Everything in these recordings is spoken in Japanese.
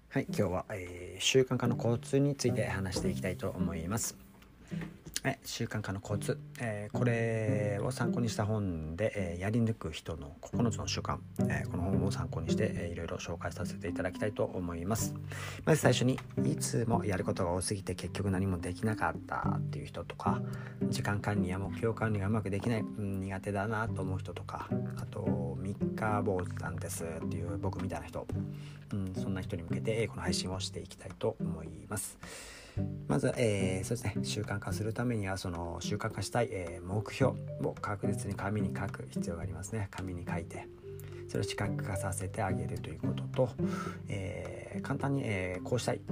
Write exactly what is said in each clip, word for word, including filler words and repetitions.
はい、今日は、えー、習慣化の交通について話していきたいと思います。え習慣化の交通、えー、これを参考にした本で、えー、やり抜く人のここのつの習慣、えー、この本を参考にして、えー、いろいろ紹介させていただきたいと思います。まず最初に、いつもやることが多すぎて結局何もできなかったっていう人とか、時間管理や目標管理がうまくできない、うん、苦手だなと思う人とか、あと三日坊主なんですっていう僕みたいな人、うん、そんな人に向けてこの配信をしていきたいと思います。まず、えー、そうですね、習慣化するためにはその習慣化したい、えー、目標を確実に紙に書く必要がありますね。紙に書いてそれを視覚化させてあげるということと、えー、簡単に、えー、こうしたい、うん、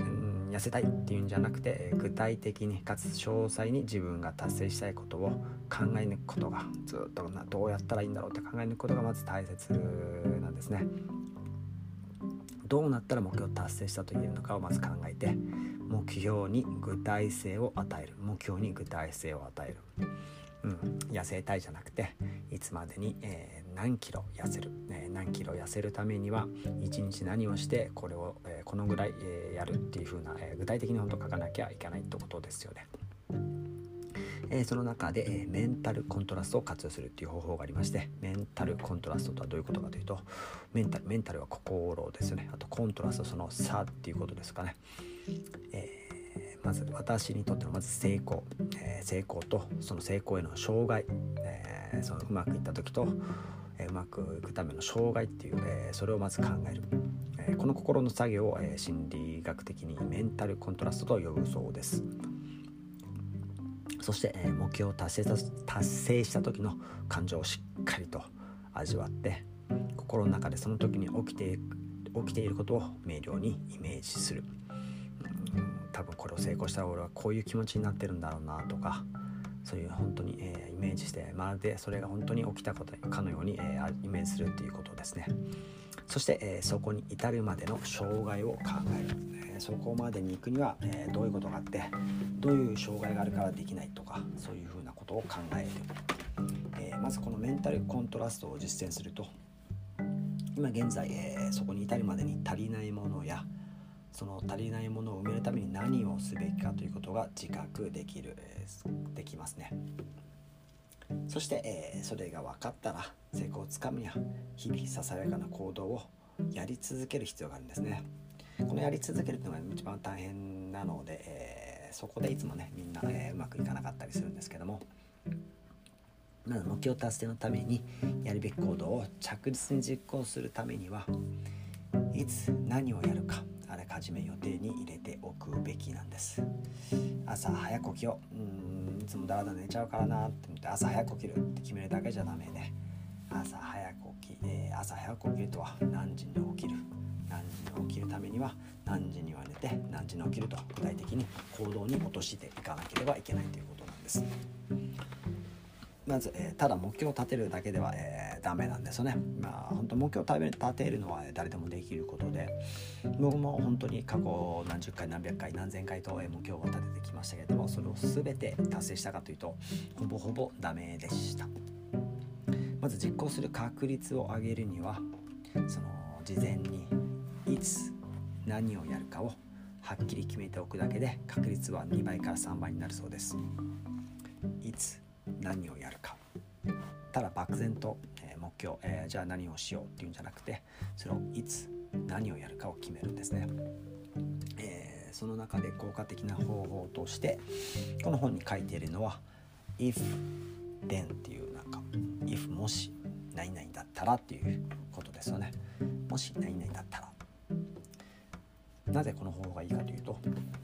痩せたいっていうんじゃなくて、具体的にかつ詳細に自分が達成したいことを考え抜くことが、ずっとなどうやったらいいんだろうって考え抜くことがまず大切なんですね。どうなったら目標を達成したと言えるのかをまず考えて、目標に具体性を与える目標に具体性を与える、うん、痩せたいじゃなくて、いつまでに、えー、何キロ痩せる、えー、何キロ痩せるためにはいちにち何をしてこれを、えー、このぐらい、えー、やるっていう風な、えー、具体的に本当書かなきゃいけないってことですよね。えー、その中で、えー、メンタルコントラストを活用するっていう方法がありまして、メンタルコントラストとはどういうことかというと、メンタルメンタルは心ですよね。あとコントラスト、その差っていうことですかね。えー、まず私にとってのまず成功、えー、成功とその成功への障害、えー、そのうまくいった時と、えー、うまくいくための障害っていう、えー、それをまず考える、えー、この心の作業を、えー、心理学的にメンタルコントラストと呼ぶそうです。そして、えー、目標を達成した達成した時の感情をしっかりと味わって、心の中でその時に起きて起きていることを明瞭にイメージする。うん、多分これを成功したら俺はこういう気持ちになってるんだろうなとか、そういう本当に、えー、イメージして、まるでそれが本当に起きたことかのように、えー、イメージするということですね。そして、えー、そこに至るまでの障害を考える、えー、そこまでに行くには、えー、どういうことがあってどういう障害があるからできないとか、そういうふうなことを考える、えー、まずこのメンタルコントラストを実践すると、今現在、えー、そこに至るまでに足りないものや、その足りないものを埋めるために何をすべきかということが自覚できる、えー、できますね。そして、えー、それが分かったら成功をつかむには日々ささやかな行動をやり続ける必要があるんですね。このやり続けるというのが一番大変なので、えー、そこでいつもねみんな、えー、うまくいかなかったりするんですけども、まず目標達成のためにやるべき行動を着実に実行するためには、いつ何をやるかあらかじめ予定に入れておくべきなんです。朝早く起きよう、うーんいつもだらだら寝ちゃうからなって思って朝早く起きるって決めるだけじゃダメで、朝早く起き、えー、朝早く起きるとは何時に起きる、何時に起きるためには何時には寝て何時に起きると具体的に行動に落としていかなければいけないということなんです。まず、えー、ただ目標を立てるだけでは、えー、ダメなんですよね。まあ本当目標を立てるのは誰でもできることで、僕も本当に過去何十回何百回何千回と目標を立ててきましたけれども、それを全て達成したかというとほぼほぼダメでした。まず実行する確率を上げるには、その事前にいつ何をやるかをはっきり決めておくだけで確率はにばいからさんばいになるそうです。いつ何をやるか、ただ漠然と、えー、目標、えー、じゃあ何をしようっていうんじゃなくて、それをいつ何をやるかを決めるんですね。えー、その中で効果的な方法としてこの本に書いているのは if then っていう、なんか if もし何々だったらっていうことですよね。もし何々だったら、なぜこの方法がいいかというと、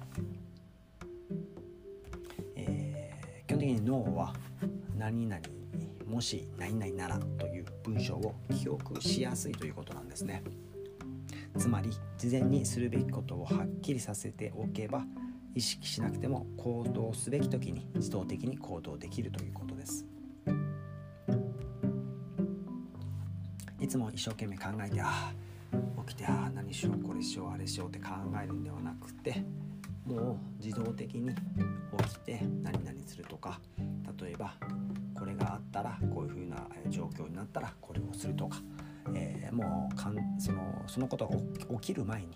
えー、基本的に脳は何々もし何々ならという文章を記憶しやすいということなんですね。つまり事前にするべきことをはっきりさせておけば、意識しなくても行動すべき時に自動的に行動できるということです。いつも一生懸命考えて、あ起きてあ何しようこれしようあれしようって考えるんではなくて、もう自動的に起きて何々するとか、例えばこれがあったらこういう風な状況になったらこれをするとか、えー、もうかんそのそのことが起きる前に、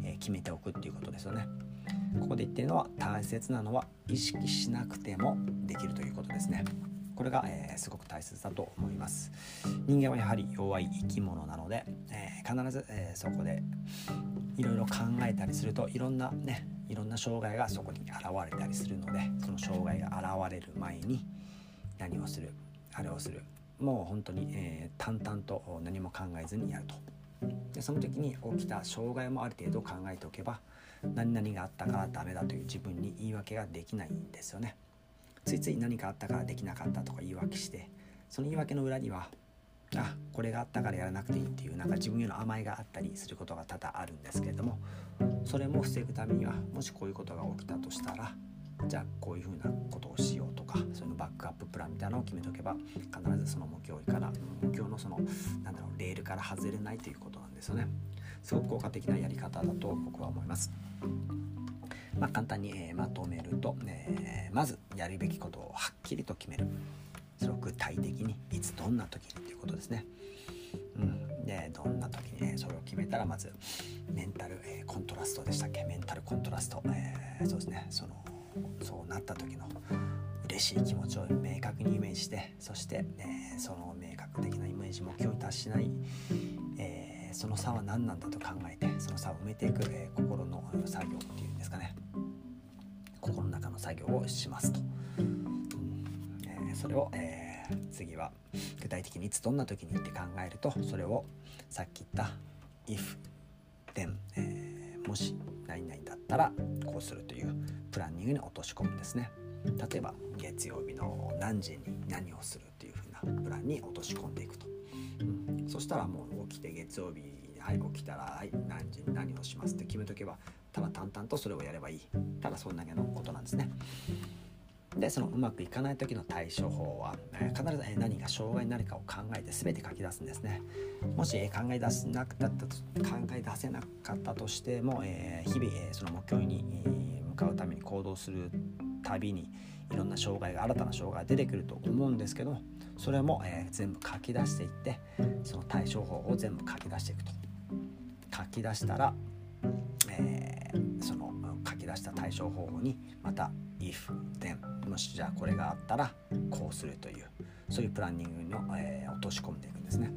えー、決めておくっていうことですよね。ここで言ってるのは、大切なのは意識しなくてもできるということですね。これが、えー、すごく大切だと思います。人間はやはり弱い生き物なので、えー、必ず、えー、そこでいろいろ考えたりすると、いろんなねいろんな障害がそこに現れたりするので、その障害が現れる前に何をする、あれをする、もう本当に、えー、淡々と何も考えずにやると。でその時に起きた障害もある程度考えておけば、何々があったからダメだという自分に言い訳ができないんですよね。ついつい何かあったからできなかったとか言い訳して、その言い訳の裏には、あ、これがあったからやらなくていいっていう、なんか自分への甘えがあったりすることが多々あるんですけれども、それも防ぐためには、もしこういうことが起きたとしたら、じゃあこういうふうなことをしようとか、そのバックアッププランみたいなのを決めておけば、必ずその目標から目標のそのなんだろうレールから外れないということなんですよね。すごく効果的なやり方だと僕は思います。まあ、簡単に、えー、まとめると、えー、まずやるべきことをはっきりと決める。それを具体的にいつどんな時にということですね。うん、でどんな時に、ね、それを決めたら、まずメンタル、えー、コントラストでしたっけメンタルコントラスト、えー、そうですね、そのそうなった時の嬉しい気持ちを明確にイメージして、そして、えー、その明確的なイメージ目標に達しない、えー、その差は何なんだと考えて、その差を埋めていく、えー、心の作業っていうんですかね、心の中の作業をしますと、うんえー、それを、えー、次は具体的にいつどんな時にって考えると、それをさっき言った if then、えー、もし何々だったらこうするというプランニングに落とし込むんですね。例えば月曜日の何時に何をするっていう風なプランに落とし込んでいくと、うん、そしたらもう起きて月曜日、はい起きたら、はい、何時に何をしますって決めとけば、ただ淡々とそれをやればいい、ただそんだけのことなんですね。でそのうまくいかない時の対処法は、えー、必ず何が障害になるかを考えて全て書き出すんですね。もし、えー、考え出せなかったと考え出せなかったとしても、えー、日々、えー、その目標に、えー、向かうために行動するたびにいろんな障害が新たな障害が出てくると思うんですけど、それも、えー、全部書き出していって、その対処法を全部書き出していくと。書き出したら、えー、その書き出した対処方法にまた if then もしじゃあこれがあったらこうするという、そういうプランニングの、えー、落とし込んでいくんですね。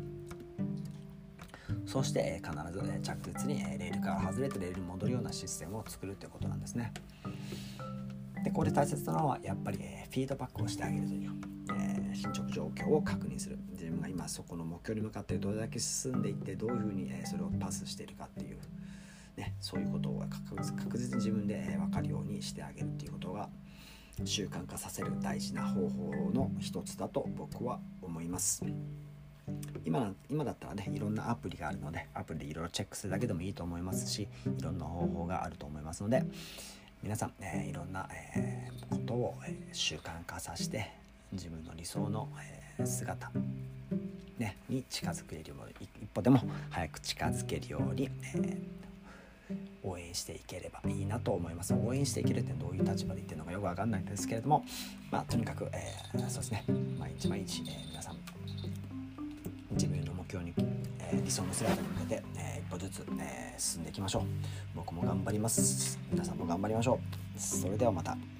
そして、えー、必ず、えー、着実に、えー、レールから外れてレールに戻るようなシステムを作るということなんですね。でこれ大切なのはやっぱり、えー、フィードバックをしてあげるという、えー、進捗状況を確認する。自分が今そこの目標に向かってどれだけ進んでいって、どういうふうに、えー、それをパスしているかっていう、ね、そういうことを確実に自分で、えー、分かるようにしてあげるっていうことが習慣化させる大事な方法の一つだと僕は思います。今, 今だったらねいろんなアプリがあるので、アプリでいろいろチェックするだけでもいいと思いますし、いろんな方法があると思いますので、皆さん、えー、いろんな、えー、ことを、えー、習慣化させて自分の理想の、えー、姿、ね、に近づけるように、一歩でも早く近づけるように、えー、応援していければいいなと思います。応援していけるってどういう立場で言ってるのかよくわかんないんですけれども、まあとにかく、えー、そうですね、毎日毎日、えー、皆さん自分の目標に、えー、理想の姿に向けて、えー、一歩ずつ、えー、進んでいきましょう。僕も頑張ります。皆さんも頑張りましょう。それではまた。